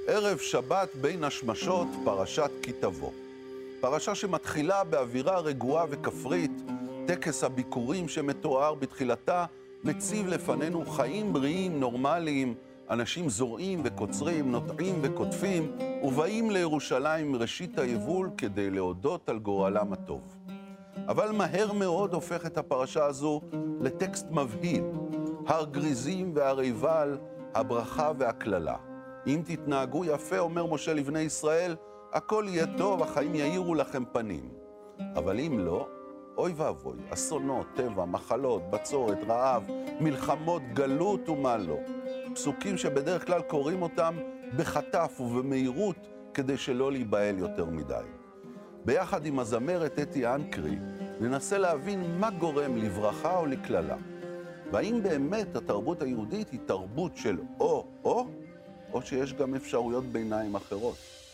ערב שבת בין השמשות, פרשת כי תבוא. פרשה שמתחילה באווירה רגועה וכפרית, טקס הביקורים שמתואר בתחילתה מציב לפנינו חיים בריאים, נורמליים, אנשים זורעים וקוצרים, נוטעים וקוטפים, ובאים לירושלים מראשית היבול כדי להודות על גורלם הטוב. אבל מהר מאוד הופכת הפרשה הזו לטקסט מבהיל, הר גריזים והרי עיבל, הברכה והכללה. אם תתנהגו יפה, אומר משה לבני ישראל, הכל יהיה טוב, החיים יאירו לכם פנים. אבל אם לא, אוי ואבוי, אסונות, טבע, מחלות, בצורת, רעב, מלחמות, גלות ומה לא. פסוקים שבדרך כלל קוראים אותם בחטף ובמהירות כדי שלא להיבהל יותר מדי. ביחד עם הזמרת אתי אנקרי, ננסה להבין מה גורם לברכה או לכללה. והאם באמת התרבות היהודית היא תרבות של או שיש גם אפשרויות ביניים אחרות.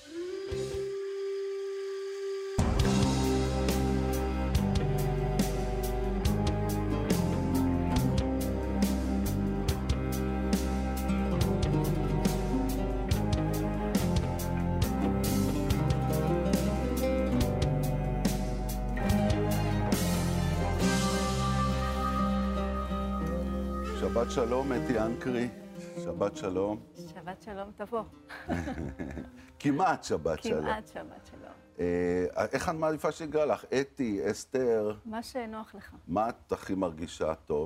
שבת שלום, אתי אנקרי. שבת שלום. שבת שלום תבוא. כמעט שבת שלום. כמעט שבת שלום. איך את מעדיפה שיקרא לך? אתי, אסתר? מה שנוח לך. מה את הכי מרגישה טוב?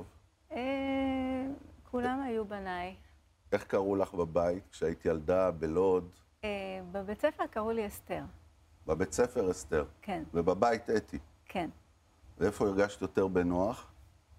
כולם היו בניי. איך קראו לך בבית כשהיית ילדה בלוד? בבית ספר קראו לי אסתר. בבית ספר אסתר? כן. ובבית אתי? כן. ואיפה הרגשת יותר בנוח?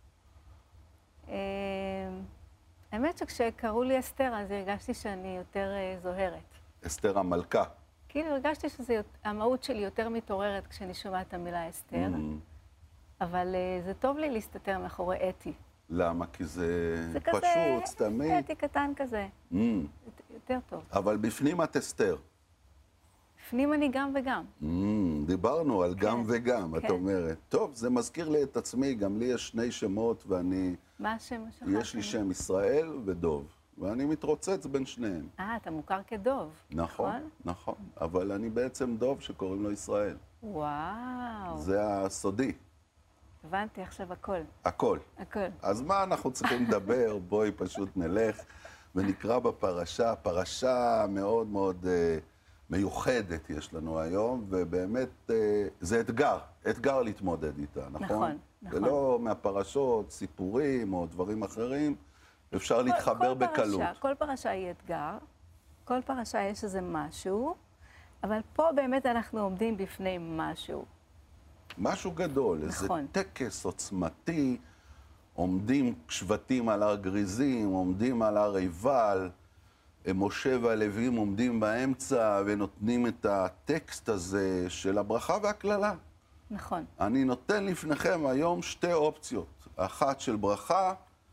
האמת שכשקראו לי אסתר, אז הרגשתי שאני יותר זוהרת. אסתר המלכה. כאילו הרגשתי שהמהות שלי יותר מתעוררת כשאני שומעת את המילה אסתר, אבל זה טוב לי להסתתר מאחורי אתי. למה? כי זה כזה, פשוט, סתמי. אתי קטן כזה. יותר טוב. אבל בפנים את אסתר. בפנים אני גם וגם. דיברנו על גם וגם, את כן. אומרת. טוב, זה מזכיר לי את עצמי, גם לי יש שני שמות ואני... מה השם שלך? יש לי שם ישראל ודוב, ואני מתרוצץ בין שניהם. אתה מוכר כדוב. נכון, נכון. אבל אני בעצם דוב שקוראים לו ישראל. וואו. זה הסודי. הבנתי עכשיו הכל. הכל. הכל. אז מה אנחנו צריכים לדבר? בואי פשוט נלך ונקרא בפרשה, פרשה מאוד מאוד מיוחדת יש לנו היום, ובאמת זה אתגר להתמודד איתה, נכון? נכון, נכון. ולא מהפרשות, סיפורים או דברים אחרים, אפשר להתחבר בקלות. כל פרשה היא אתגר, כל פרשה יש איזה משהו, אבל פה באמת אנחנו עומדים בפני משהו. משהו גדול, נכון. איזה טקס עוצמתי, עומדים שבטים על הר גריזים, עומדים על הר עיבל, משה והלווים עומדים באמצע ונותנים את הטקסט הזה של הברכה והכללה. נכון. אני נותן לפניכם היום שתי אופציות, אחת של ברכה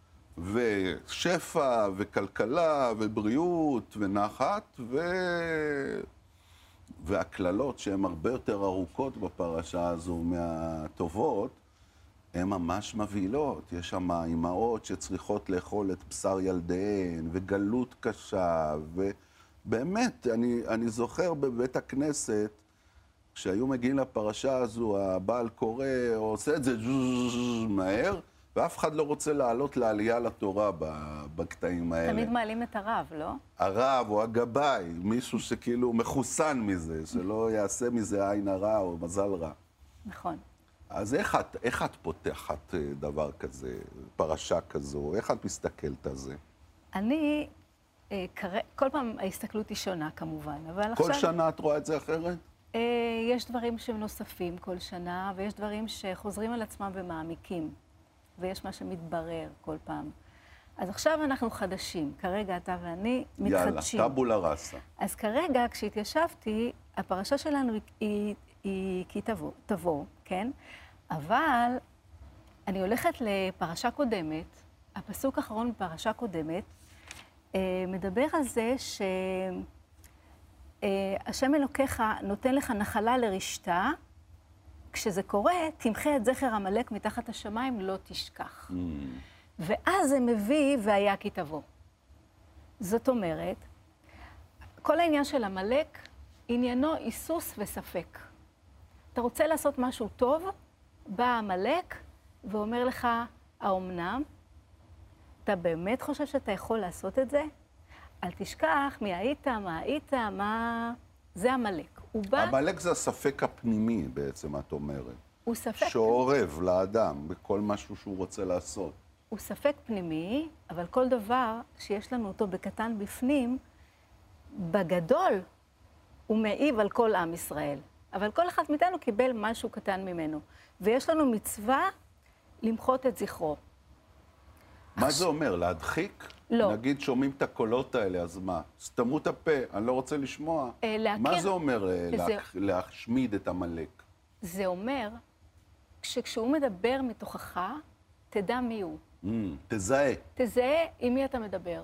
ושפע וכלכלה ובריאות ונחת והכללות שהן הרבה יותר ארוכות בפרשה הזו מהטובות, הן ממש מבהילות. יש שם אימהות שצריכות לאכול את בשר ילדיהן, וגלות קשה, ובאמת, אני זוכר בבית הכנסת, כשהיו מגיעים לפרשה הזו, הבעל קורא, או עושה את זה מהר, ואף אחד לא רוצה לעלות לעלייה לתורה בקטעים האלה. תמיד מעלים את הרב, לא? הרב או הגבאי, מישהו שכאילו מחוסן מזה, שלא יעשה מזה עין הרע או מזל רע. נכון. אז איך את פותחת דבר כזה, פרשה כזו? איך את מסתכלת על זה? אני, כל פעם ההסתכלות היא שונה כמובן, אבל עכשיו... כל שנה את רואה את זה אחרת? יש דברים שהם נוספים כל שנה, ויש דברים שחוזרים על עצמם ומעמיקים, ויש מה שמתברר כל פעם. אז עכשיו אנחנו חדשים, כרגע אתה ואני מתחדשים. יאללה, טבולה ראסה. אז כרגע, כשהתיישבתי, הפרשה שלנו היא כי תבוא, כן? אבל אני הולכת לפרשה קודמת, הפסוק האחרון בפרשה קודמת, מדבר על זה שהשם אלוקיך נותן לך נחלה לרשתה, כשזה קורה, תמחה את זכר עמלק מתחת השמיים, לא תשכח. ואז זה מביא והיה כי תבוא. זאת אומרת, כל העניין של עמלק, עניינו היסוס וספק. אתה רוצה לעשות משהו טוב, בא עמלק ואומר לך, האומנם? אתה באמת חושב שאתה יכול לעשות את זה? אל תשכח מי היית, מה היית, מה... זה עמלק. הוא בא... עמלק זה הספק הפנימי בעצם, את אומרת. הוא ספק... שעורב לאדם בכל משהו שהוא רוצה לעשות. הוא ספק פנימי, אבל כל דבר שיש לנו אותו בקטן בפנים, בגדול הוא מעיב על כל עם ישראל. אבל כל אחד מאיתנו קיבל משהו קטן ממנו. ויש לנו מצווה למחות את זכרו. מה זה אומר? להדחיק? לא. נגיד שומעים את הקולות האלה, אז מה? סתמו את הפה, אני לא רוצה לשמוע. מה זה אומר להשמיד את עמלק? זה אומר שכשהוא מדבר מתוכך, תדע מי הוא. תזהה. תזהה עם מי אתה מדבר.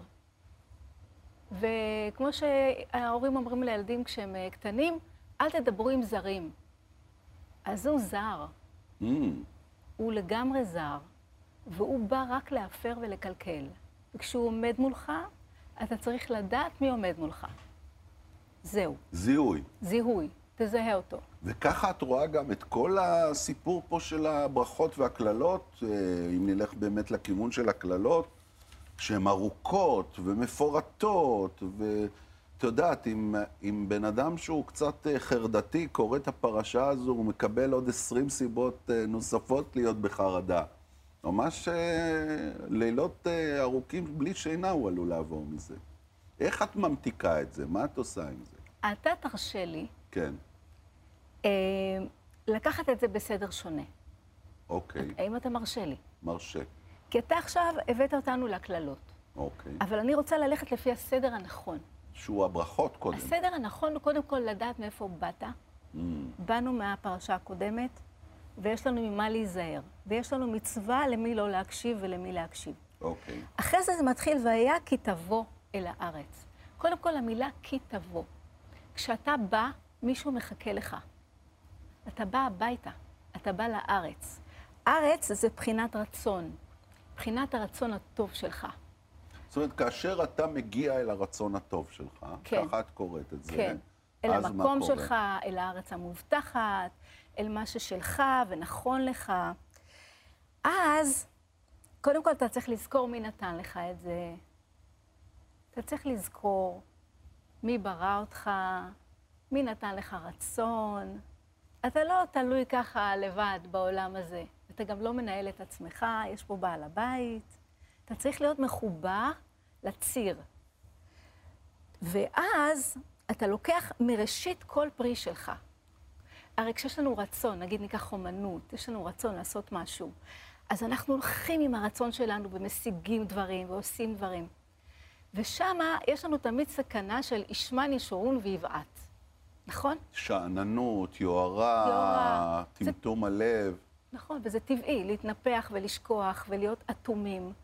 וכמו שההורים אומרים לילדים כשהם קטנים, אל תדברו עם זרים. אז הוא זר. הוא לגמרי זר. והוא בא רק להפר ולקלקל. וכשהוא עומד מולך, אתה צריך לדעת מי עומד מולך. זהו. זיהוי. זיהוי. תזהה אותו. וככה את רואה גם את כל הסיפור פה של הברכות והקללות, אם נלך באמת לכיוון של הקללות, שהן ארוכות ומפורטות, ואת יודעת, אם בן אדם שהוא קצת חרדתי קורא את הפרשה הזו, הוא מקבל עוד 20 סיבות נוספות להיות בחרדה. ממש לילות ארוכים בלי שינה הוא עלול לעבור מזה. איך את ממתיקה את זה? מה את עושה עם זה? אתה תרשה לי. כן. לקחת את זה בסדר שונה. אוקיי. האם אתה מרשה לי? מרשה. כי אתה עכשיו הבאת אותנו לקללות. אוקיי. אבל אני רוצה ללכת לפי הסדר הנכון. שהוא הברכות קודם. הסדר הנכון הוא קודם כל לדעת מאיפה באת. באנו מהפרשה הקודמת, ויש לנו ממה להיזהר. ויש לנו מצווה למי לא להקשיב ולמי להקשיב. אוקיי. אחרי זה מתחיל, והיה כי תבוא אל הארץ. קודם כל המילה כי תבוא. כשאתה בא, מישהו מחכה לך. אתה בא הביתה, אתה בא לארץ. ארץ זה בחינת רצון, בחינת הרצון הטוב שלך. זאת אומרת, כאשר אתה מגיע אל הרצון הטוב שלך, כן. ככה את קוראת את זה, כן. אל אז המקום מה קורה? שלך, אל הארץ המובטחת, אל מה ששלך ונכון לך. אז, קודם כל אתה צריך לזכור מי נתן לך את זה. אתה צריך לזכור מי ברא אותך, מי נתן לך רצון. אתה לא תלוי ככה לבד בעולם הזה. אתה גם לא מנהל את עצמך, יש פה בעל הבית. אתה צריך להיות מחובר לציר. ואז אתה לוקח מראשית כל פרי שלך. הרי כשיש לנו רצון, נגיד ניקח אומנות, יש לנו רצון לעשות משהו, אז אנחנו הולכים עם הרצון שלנו ומשיגים דברים ועושים דברים. ושמה יש לנו תמיד סכנה של ישמן ישורון ויבעט. נכון? שאננות, יוהרה, טמטום הלב. נכון, וזה טבעי, להתנפח ולשכוח ולהיות אטומים.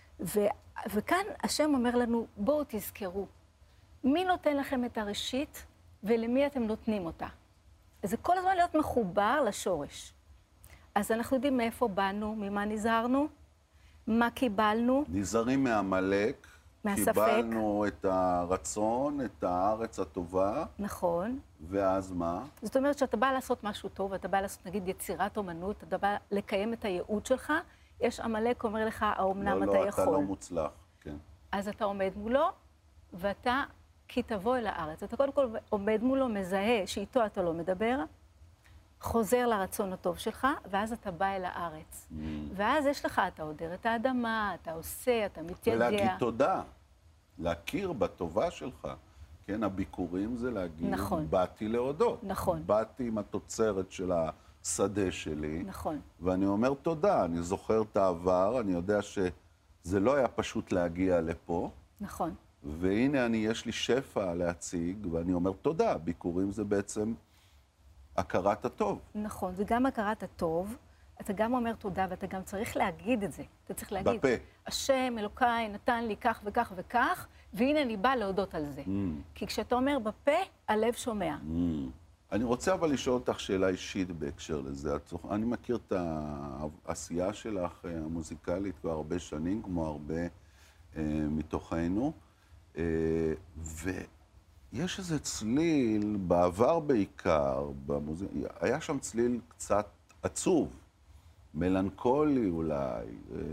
וכאן השם אומר לנו, בואו תזכרו, מי נותן לכם את הראשית ולמי אתם נותנים אותה? זה כל הזמן להיות מחובר לשורש. אז אנחנו יודעים מאיפה באנו, ממה נזהרנו, מה קיבלנו. נזהרים מעמלק. מהספק. קיבלנו את הרצון, את הארץ הטובה. נכון. ואז מה? זאת אומרת שאתה בא לעשות משהו טוב, אתה בא לעשות נגיד יצירת אומנות, אתה בא לקיים את הייעוד שלך, יש עמלק אומר לך, האומנם אתה יכול. לא, אתה לא מוצלח, כן. אז אתה עומד מולו, ואתה, כי תבוא אל הארץ. אתה קודם כל עומד מולו, מזהה שאיתו אתה לא מדבר, חוזר לרצון הטוב שלך, ואז אתה בא אל הארץ. ואז יש לך, אתה עודר את האדמה, אתה עושה, אתה מתייגע. ולהגיד תודה, להכיר בטובה שלך. כן, הביקורים זה להגיד, נכון. באתי להודות. נכון. באתי עם התוצרת של השדה שלי. נכון. ואני אומר תודה, אני זוכר את העבר, אני יודע שזה לא היה פשוט להגיע לפה. נכון. והנה יש לי שפע להציג, ואני אומר תודה, ביקורים זה בעצם הכרת הטוב. נכון, זה גם הכרת הטוב, אתה גם אומר תודה, ואתה גם צריך להגיד את זה. אתה צריך להגיד, בפה. השם אלוקיי נתן לי כך וכך וכך, והנה אני באה להודות על זה. כי כשאתה אומר בפה, הלב שומע. אני רוצה אבל לשאול אותך שאלה אישית בהקשר לזה. אני מכיר את העשייה שלך המוזיקלית כבר הרבה שנים, כמו הרבה מתוכנו, יש איזה צליל, בעבר בעיקר, היה שם צליל קצת עצוב, מלנכולי אולי,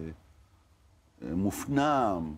מופנם,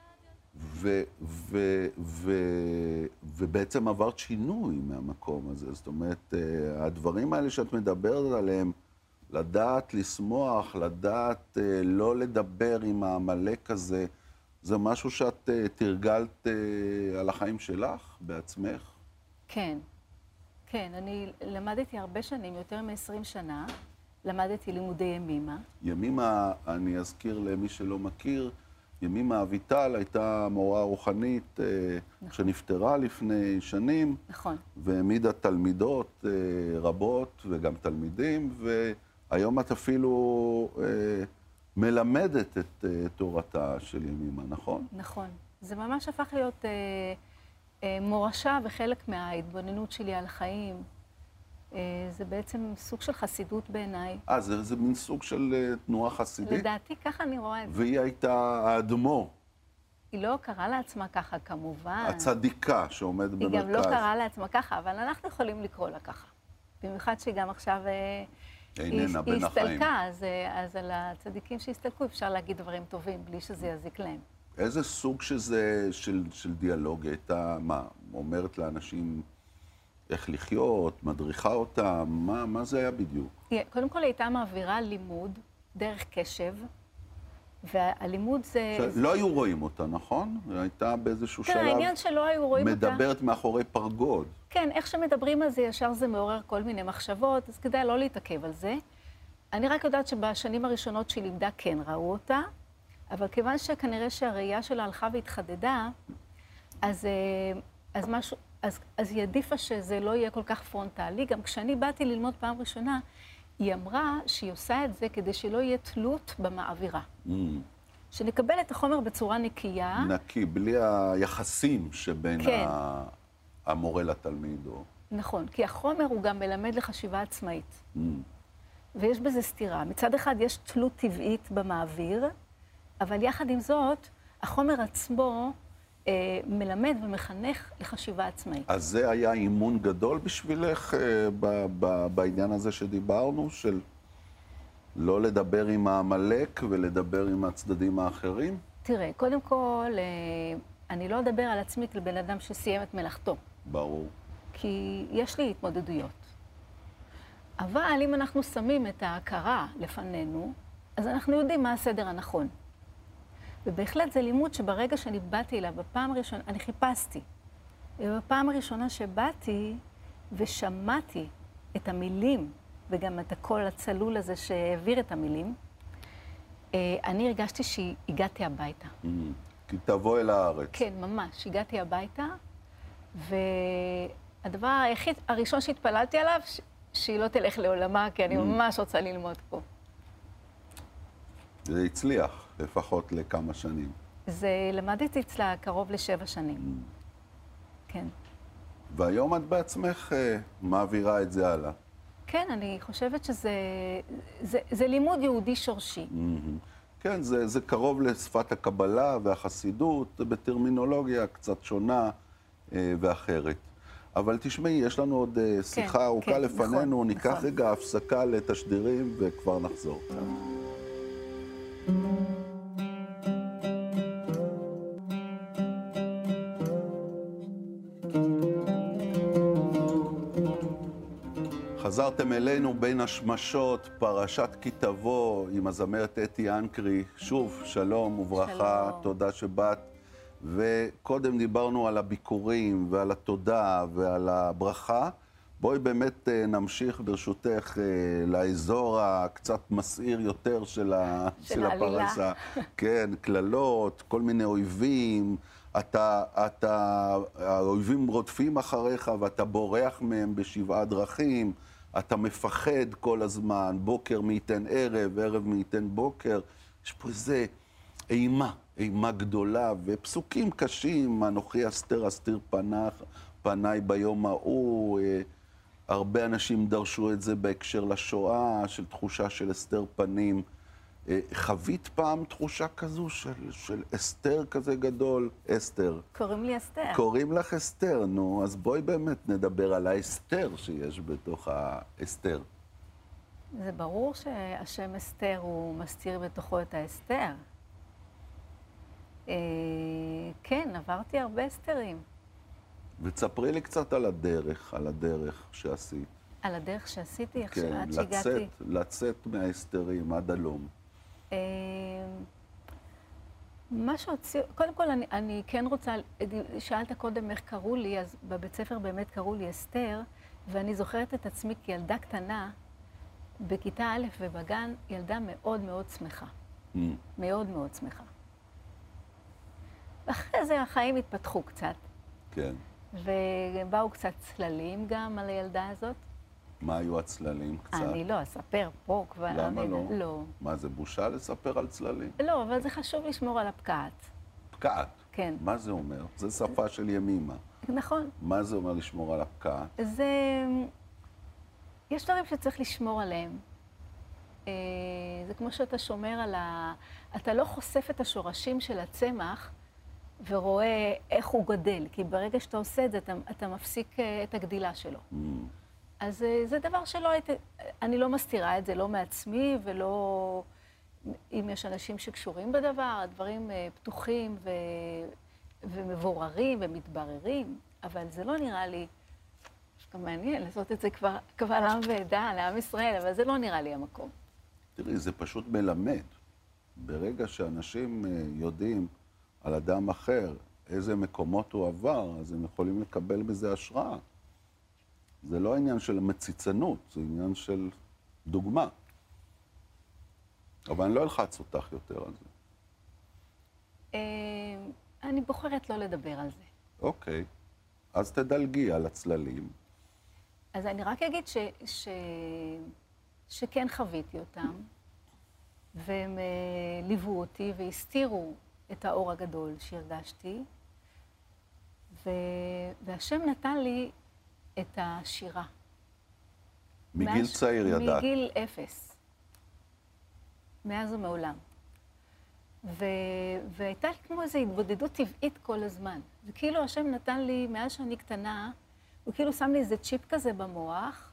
ובעצם עברת שינוי מהמקום הזה. זאת אומרת, הדברים האלה שאת מדברת עליהם, לדעת לשמוח, לדעת לא לדבר עם העמלק הזה, זה משהו שאת תרגלת על החיים שלך בעצמך? כן, כן. אני למדתי הרבה שנים, יותר מ-20 שנה, למדתי לימודי ימימה. ימימה, אני אזכיר למי שלא מכיר, ימימה אביטל הייתה מורה רוחנית שנפטרה לפני שנים. נכון. והעמידה תלמידות רבות וגם תלמידים, והיום את אפילו מלמדת את תורתה של ימימה, נכון? נכון. זה ממש הפך להיות מורשה וחלק מההתבוננות שלי על חיים. זה בעצם סוג של חסידות בעיניי. זה מין סוג של תנועה חסידית? לדעתי, ככה אני רואה את זה. והיא הייתה האדמו. היא לא קראה לעצמה ככה, כמובן. הצדיקה שעומדת במרכז. היא גם לא קראה לעצמה ככה, אבל אנחנו יכולים לקרוא לה ככה. במיוחד שהיא גם עכשיו איננה בין היא החיים. הסתלקה, אז על הצדיקים שהסתלקו אפשר להגיד דברים טובים, בלי שזה יזיק להם. איזה סוג של דיאלוג הייתה, מה, אומרת לאנשים איך לחיות, מדריכה אותם, מה זה היה בדיוק? קודם כל, היא הייתה מעבירה לימוד דרך קשב, והלימוד זה... לא היו רואים אותה, נכון? היא הייתה באיזשהו שלב... כן, העניין שלא היו רואים אותה. מדברת מאחורי פרגוד. כן, איך שמדברים על זה, ישר זה מעורר כל מיני מחשבות, אז כדאי לא להתעכב על זה. אני רק יודעת שבשנים הראשונות שהיא לימדה כן ראו אותה, אבל כיוון שכנראה שהראייה שלה הלכה והתחדדה, אז היא עדיפה שזה לא יהיה כל כך פרונטלי. גם כשאני באתי ללמוד פעם ראשונה, היא אמרה שהיא עושה את זה כדי שלא יהיה תלות במעבירה. שנקבל את החומר בצורה נקייה. נקי, בלי היחסים שבין כן. המורה לתלמיד. נכון, כי החומר הוא גם מלמד לחשיבה עצמאית. ויש בזה סתירה. מצד אחד יש תלות טבעית במעביר, אבל יחד עם זאת, החומר עצמו מלמד ומחנך לחשיבה עצמאית. אז זה היה אימון גדול בשבילך בעניין הזה שדיברנו, של לא לדבר עם העמלק ולדבר עם הצדדים האחרים? תראה, קודם כל, אני לא אדבר על עצמי כבן אדם שסיים את מלאכתו. ברור. כי יש לי התמודדויות. אבל אם אנחנו שמים את ההכרה לפנינו, אז אנחנו יודעים מה הסדר הנכון. ובהחלט זה לימוד שברגע שאני באתי אליו, בפעם הראשונה, אני חיפשתי. ובפעם הראשונה שבאתי ושמעתי את המילים, וגם את הקול הצלול הזה שהעביר את המילים, אני הרגשתי שהגעתי הביתה. כי תבוא אל הארץ. כן, ממש. הגעתי הביתה, והדבר היחיד, הראשון שהתפללתי עליו, שהיא לא תלך לעולמה, כי אני ממש רוצה ללמוד פה. זה הצליח, לפחות לכמה שנים. למדתי אצלה קרוב ל7 שנים. כן. והיום את בעצמך מעבירה את זה הלאה. כן, אני חושבת שזה לימוד יהודי שורשי. כן, זה קרוב לשפת הקבלה והחסידות, בטרמינולוגיה קצת שונה ואחרת. אבל תשמעי, יש לנו עוד שיחה ארוכה לפנינו, ניקח רגע הפסקה לתשדירים וכבר נחזור. חזרתם אלינו בין השמשות, פרשת כי תבוא, עם הזמרת אתי אנקרי. שוב, שלום וברכה, שלום. תודה שבאת. וקודם דיברנו על הביקורים ועל התודה ועל הברכה. בואי באמת נמשיך ברשותך לאזור הקצת מסעיר יותר של הפרשה. כן, כללות, כל מיני אויבים. האויבים רודפים אחריך ואתה בורח מהם ב7 דרכים. אתה מפחד כל הזמן, בוקר מייתן ערב, ערב מייתן בוקר. יש פה איזה אימה גדולה, ופסוקים קשים, אנוכי אסתר אסתיר פניי ביום ההוא. הרבה אנשים דרשו את זה בהקשר לשואה, של תחושה של הסתר פנים. חווית פעם תחושה כזו של אסתר כזה גדול? אסתר. קוראים לי אסתר. קוראים לך אסתר, נו, אז בואי באמת נדבר על האסתר שיש בתוך האסתר. זה ברור שהשם אסתר הוא מסתיר בתוכו את האסתר. כן, עברתי הרבה אסתרים. ותספרי לי קצת על הדרך שעשית. על הדרך שעשיתי, כן, עד שהגעתי. לצאת מהאסתרים עד הלום. מה שהוציא, קודם כל אני כן רוצה, שאלת קודם איך קראו לי, אז בבית ספר באמת קראו לי אסתר, ואני זוכרת את עצמי כילדה קטנה, בכיתה א' ובגן, ילדה מאוד מאוד שמחה. מאוד מאוד שמחה. ואחרי זה החיים התפתחו קצת. כן. ובאו קצת צללים גם על הילדה הזאת. מה היו הצללים קצת? אני לא אספר פה כבר. למה לא? לא. מה, זה בושה לספר על צללים? לא, אבל זה חשוב לשמור על הפקעת. פקעת? כן. מה זה אומר? זה שפה של ימימה. נכון. מה זה אומר לשמור על הפקעת? יש דברים שצריך לשמור עליהם. זה כמו שאתה שומר על אתה לא חושף את השורשים של הצמח ורואה איך הוא גדל, כי ברגע שאתה עושה את זה, אתה מפסיק את הגדילה שלו. אז זה דבר אני לא מסתירה את זה, לא מעצמי ולא אם יש אנשים שקשורים בדבר, הדברים פתוחים ומבוררים ומתבררים, אבל זה לא נראה לי, גם מעניין לעשות את זה כבר קבל עם ועדה, לעם ישראל, אבל זה לא נראה לי המקום. תראי, זה פשוט מלמד. ברגע שאנשים יודעים על אדם אחר, איזה מקומות הוא עבר, אז הם יכולים לקבל בזה השראה. זה לא עניין של מציצנות, זה עניין של דוגמה. אבל אני לא אלחץ אותך יותר על זה. אני בוחרת לא לדבר על זה. אוקיי. אז תדלגי על הצללים. אז אני רק אגיד שכן חוויתי אותם, והם ליוו אותי והסתירו את האור הגדול שהרגשתי, והשם נתן לי את השירה. מגיל צעיר ידעת. מגיל 0. מאז ומעולם. והייתה לי כמו איזו התבודדות טבעית כל הזמן. וכאילו השם נתן לי, מאז שאני קטנה, הוא כאילו שם לי איזה צ'יפ כזה במוח,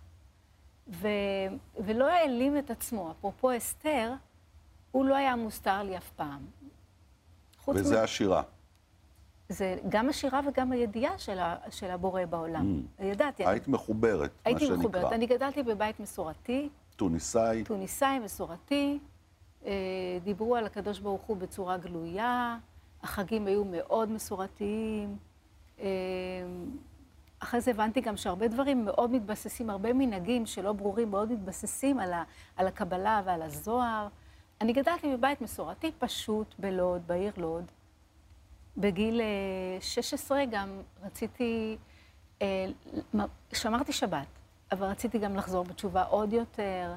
ולא העלים את עצמו. אפרופו אסתר, הוא לא היה מוסתר לי אף פעם. וזה השירה. זה גם השירה וגם הידיעה של הבורא בעולם. ידעתי. היית מחוברת, מה שנקרא. הייתי מחוברת. אני גדלתי בבית מסורתי. טוניסאי. טוניסאי, מסורתי. דיברו על הקדוש ברוך הוא בצורה גלויה. החגים היו מאוד מסורתיים. אחרי זה הבנתי גם שהרבה דברים מאוד מתבססים, הרבה מנהגים שלא ברורים, מאוד מתבססים על הקבלה ועל הזוהר. אני גדלתי בבית מסורתי פשוט בלוד, בעיר לוד. בגיל 16 גם רציתי, שמרתי שבת, אבל רציתי גם לחזור בתשובה עוד יותר,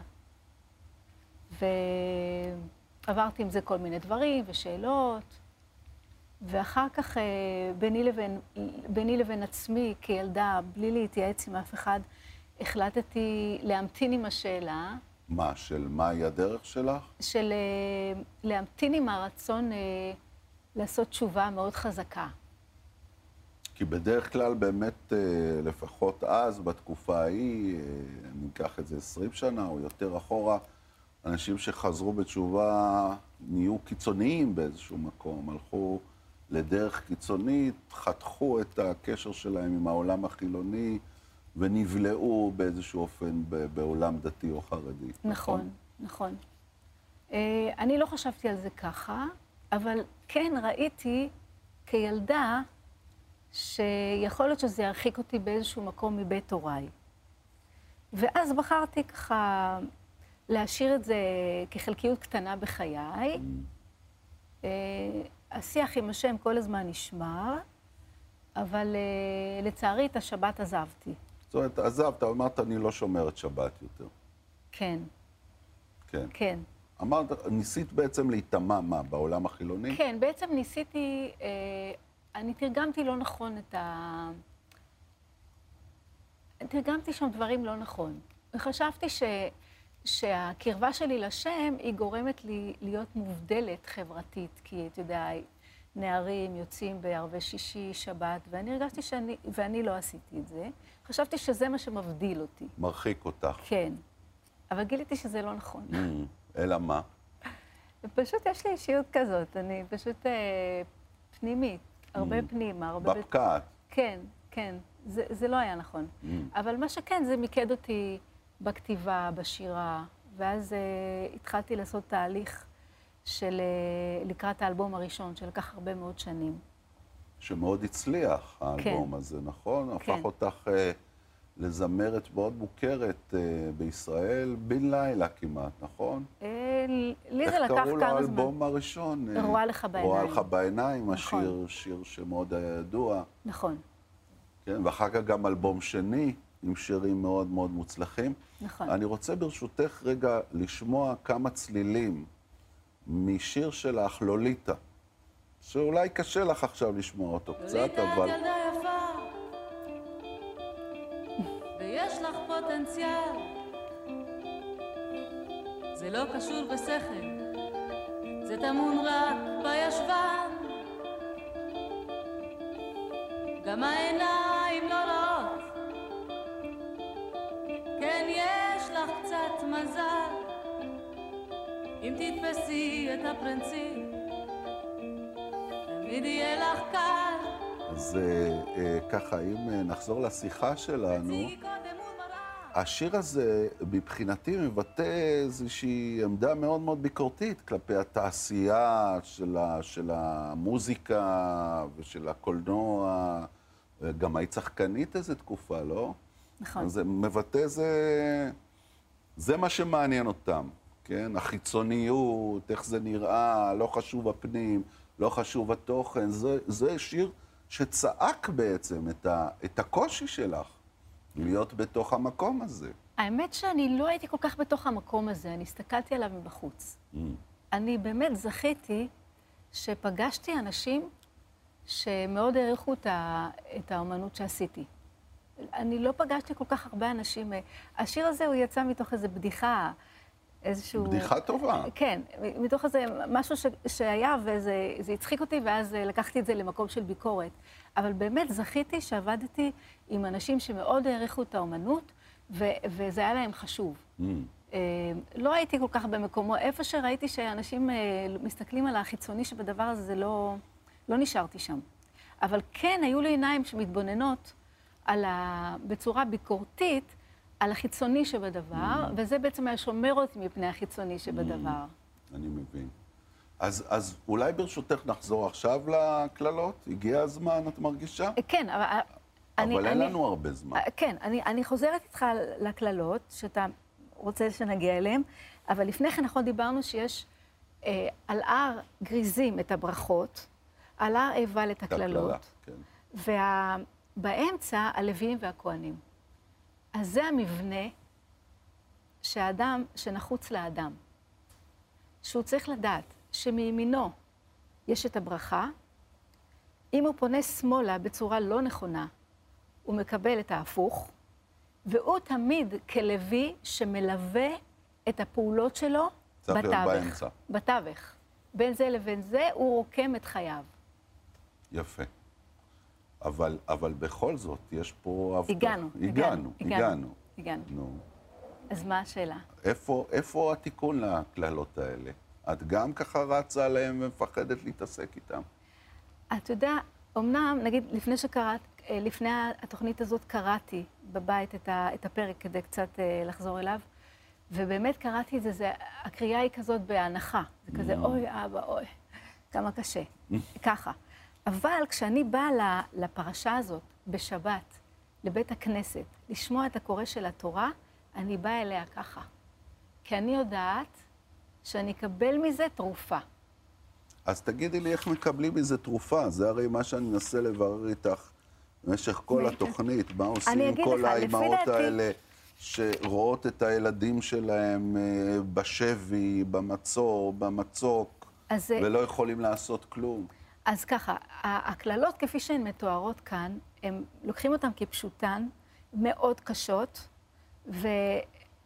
ועברתי עם זה כל מיני דברים ושאלות, ואחר כך ביני לבין עצמי כילדה, בלי להתייעץ עם אף אחד, החלטתי להמתין עם השאלה. מה? של מהי הדרך שלך? של להמתין עם הרצון לעשות תשובה מאוד חזקה. כי בדרך כלל באמת, לפחות אז, בתקופה ההיא, אני אקח את זה 20 שנה או יותר אחורה, אנשים שחזרו בתשובה נהיו קיצוניים באיזשהו מקום, הלכו לדרך קיצונית, חתכו את הקשר שלהם עם העולם החילוני, ונבלעו באיזשהו אופן בעולם דתי או חרדי. נכון, נכון. אני לא חשבתי על זה ככה, אבל כן ראיתי כילדה שיכול להיות שזה ירחיק אותי באיזשהו מקום מבית הוריי. ואז בחרתי ככה להשאיר את זה כחלקיות קטנה בחיי. השיח עם השם כל הזמן נשמר, אבל לצערי את השבת עזבתי. זאת אומרת, עזבת, אמרת, אני לא שומרת שבת יותר. כן. כן. כן. אמרת, ניסית בעצם להיטמע, מה, בעולם החילוני? כן, בעצם ניסיתי, אני תרגמתי לא נכון תרגמתי שם דברים לא נכון. וחשבתי שהקרבה שלי לשם היא גורמת לי להיות מובדלת חברתית, כי אתה יודע, נערים יוצאים בערבי שישי, שבת, ואני הרגשתי ואני לא עשיתי את זה. חשבתי שזה מה שמבדיל אותי. מרחיק אותך. כן. אבל גיליתי שזה לא נכון. אלא מה? פשוט יש לי אישיות כזאת, אני פשוט פנימית, הרבה פנימה, הרבה... בפקעת. כן, כן, זה לא היה נכון. אבל מה שכן, זה מיקד אותי בכתיבה, בשירה, ואז התחלתי לעשות תהליך של לקראת האלבום הראשון, שלקח הרבה מאוד שנים. שמאוד הצליח, האלבום הזה, נכון? הפך אותך לזמרת מאוד מוכרת בישראל, בן לילה כמעט, נכון? לי זה לקח כמה זמן. איך קראו לאלבום הראשון? רואה לך בעיניים. רואה לך בעיניים, השיר, שיר שמאוד היה ידוע. נכון. כן, ואחר כך גם אלבום שני, עם שירים מאוד מאוד מוצלחים. נכון. אני רוצה ברשותך רגע לשמוע כמה צלילים משיר שלך, לוליטה, שאולי קשה לך עכשיו לשמוע אותו קצת, אבל... לוליטה את ילדה יפה, ויש לך פוטנציאל. זה לא קשור בשכל, זה טמון רק בישבן. גם העיניים לא רעות, כן יש לך קצת מזל. אם תתפסי את הפרינציפ, תמיד יהיה לך קל. אז ככה, אם נחזור לשיחה שלנו, השיר הזה מבחינתי מבטא איזושהי עמדה מאוד מאוד ביקורתית כלפי התעשייה של המוזיקה ושל הקולנוע. גם היית שחקנית איזו תקופה, לא? נכון. אז זה מבטא, זה מה שמעניין אותם, כן? החיצוניות, איך זה נראה, לא חשוב הפנים, לא חשוב התוכן. זה שיר שצעק בעצם את הקושי שלך להיות בתוך המקום הזה. האמת שאני לא הייתי כל כך בתוך המקום הזה, אני הסתכלתי עליו מבחוץ. אני באמת זכיתי שפגשתי אנשים שמאוד העריכו את האומנות שעשיתי. אני לא פגשתי כל כך הרבה אנשים. השיר הזה הוא יצא מתוך איזו בדיחה, איזשהו... בדיחה טובה. כן, מתוך איזה משהו שהיה, וזה הצחיק אותי, ואז לקחתי את זה למקום של ביקורת. אבל באמת זכיתי שעבדתי עם אנשים שמאוד העריכו את האומנות, וזה היה להם חשוב. לא הייתי כל כך במקומו. איפה שראיתי שאנשים מסתכלים על החיצוני שבדבר הזה, זה לא נשארתי שם. אבל כן, היו לי עיניים שמתבוננות בצורה ביקורתית, על החיצוני שבדבר, וזה בעצם היה שומר אותי מפני החיצוני שבדבר. אני מבין. אז אולי ברשותך נחזור עכשיו לקללות? הגיע הזמן, את מרגישה? כן, אבל אין לנו הרבה זמן. כן, אני חוזרת איתך לקללות, שאתה רוצה שנגיע אליהם, אבל לפני כן נכון דיברנו שיש על הר גריזים את הברכות, על הר עיבל את הקללות, ובאמצע הלוויים והכהנים. אז זה המבנה שנחוץ לאדם, שהוא צריך לדעת שמימינו יש את הברכה, אם הוא פונה שמאלה בצורה לא נכונה, הוא מקבל את ההפוך, והוא תמיד כלוי שמלווה את הפעולות שלו בתווך. בתווך. בין זה לבין זה הוא רוקם את חייו. יפה. אבל בכל זאת, יש פה... הגענו. נו. אז מה השאלה? איפה התיקון לכללות האלה? את גם ככה רצה עליהם ומפחדת להתעסק איתם? אתה יודע, אמנם, נגיד, לפני התוכנית הזאת קראתי בבית את הפרק כדי קצת לחזור אליו, ובאמת קראתי את זה, הקריאה היא כזאת בהנחה. זה כזה, אוי, אבא, אוי, כמה קשה. ככה. אבל כשאני באה לפרשה הזאת בשבת, לבית הכנסת, לשמוע את הקורא של התורה, אני באה אליה ככה. כי אני יודעת שאני אקבל מזה תרופה. אז תגידי לי איך מקבלים מזה תרופה. זה הרי מה שאני מנסה לברר איתך במשך כל התוכנית. מה עושים כל האימהות האלה שרואות את הילדים שלהם בשבי, במצור, במצוק, ולא יכולים לעשות כלום? אז ככה, הכללות כפי שהן מתוארות כאן, הם לוקחים אותן כפשוטן, מאוד קשות,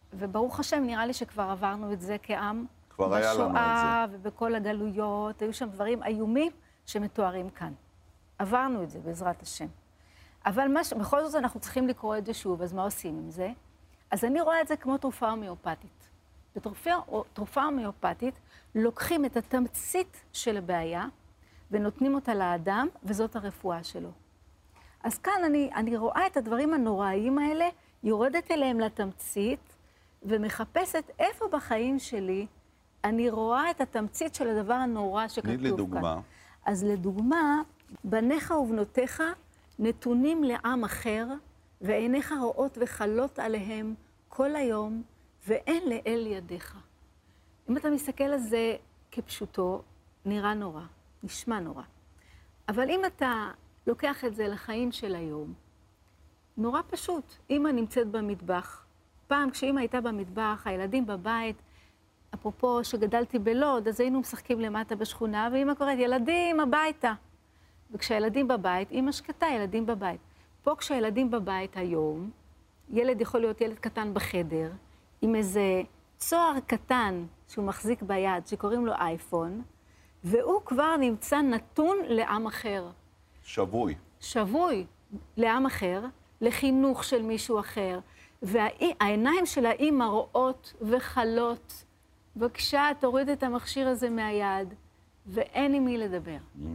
וברוך השם, נראה לי שכבר עברנו את זה כעם. כבר היה לנו את בשואה ובכל הגלויות, היו שם דברים איומים שמתוארים כאן. עברנו את זה, בעזרת השם. אבל בכל זאת אנחנו צריכים לקרוא את זה שוב, אז מה עושים עם זה? אז אני רואה את זה כמו תרופה הומאופתית. בתרופה הומאופתית לוקחים את התמצית של הבעיה ונותנים אותה לאדם, וזאת הרפואה שלו. אז כאן אני רואה את הדברים הנוראיים האלה, יורדת אליהם לתמצית, ומחפשת איפה בחיים שלי אני רואה את התמצית של הדבר הנורא שכתוב כאן. תני לי דוגמה. אז לדוגמה, בניך ובנותיך נתונים לעם אחר, ועיניך רואות וחלות עליהם כל היום, ואין לאל ידיך. אם אתה מסתכל על זה כפשוטו, נראה נורא, נשמע נורא. אבל אם אתה לוקח את זה לחיים של היום, נורא פשוט. אמא נמצאת במטבח. פעם כשאמא הייתה במטבח, הילדים בבית, אפרופו שגדלתי בלוד, אז היינו משחקים למטה בשכונה, ואמא קוראת, ילדים הביתה. וכשהילדים בבית, אמא שקטה, ילדים בבית. פה כשהילדים בבית היום, ילד יכול להיות ילד קטן בחדר, עם איזה צוהר קטן שהוא מחזיק ביד, שקוראים לו אייפון, והוא כבר נמצא נתון לעם אחר. שבוי. שבוי לעם אחר, לחינוך של מישהו אחר. והעיניים של האמא רואות וחלות. בבקשה, תוריד את המכשיר הזה מהיד, ואין עם מי לדבר.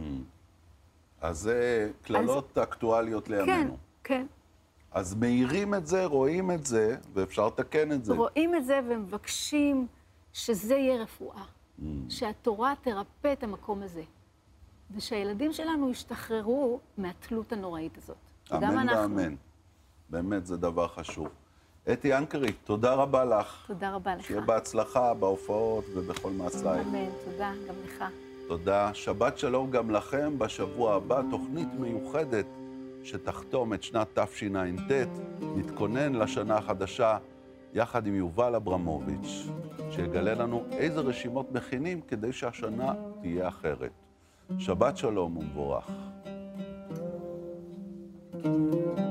אז זה כללות אקטואליות לימינו. כן, כן. אז מאירים את זה, רואים את זה, ואפשר לתקן את זה. רואים את זה ומבקשים שזה יהיה רפואה. שהתורה תרפא את המקום הזה. ושהילדים שלנו ישתחררו מהתלות הנוראית הזאת. אמן ואמן. באמת, זה דבר חשוב. אתי אנקרי, תודה רבה לך. תודה רבה לך. שיהיה בהצלחה בהופעות ובכל מעשייך. אמן, תודה, גם לך. תודה. שבת שלום גם לכם. בשבוע הבא תוכנית מיוחדת שתחתום את שנת תשע"ט. נתכונן לשנה החדשה יחד עם יובל אברמוביץ', שיגלה לנו איזה רשימות מכינים כדי שהשנה תהיה אחרת. שבת שלום ומבורך.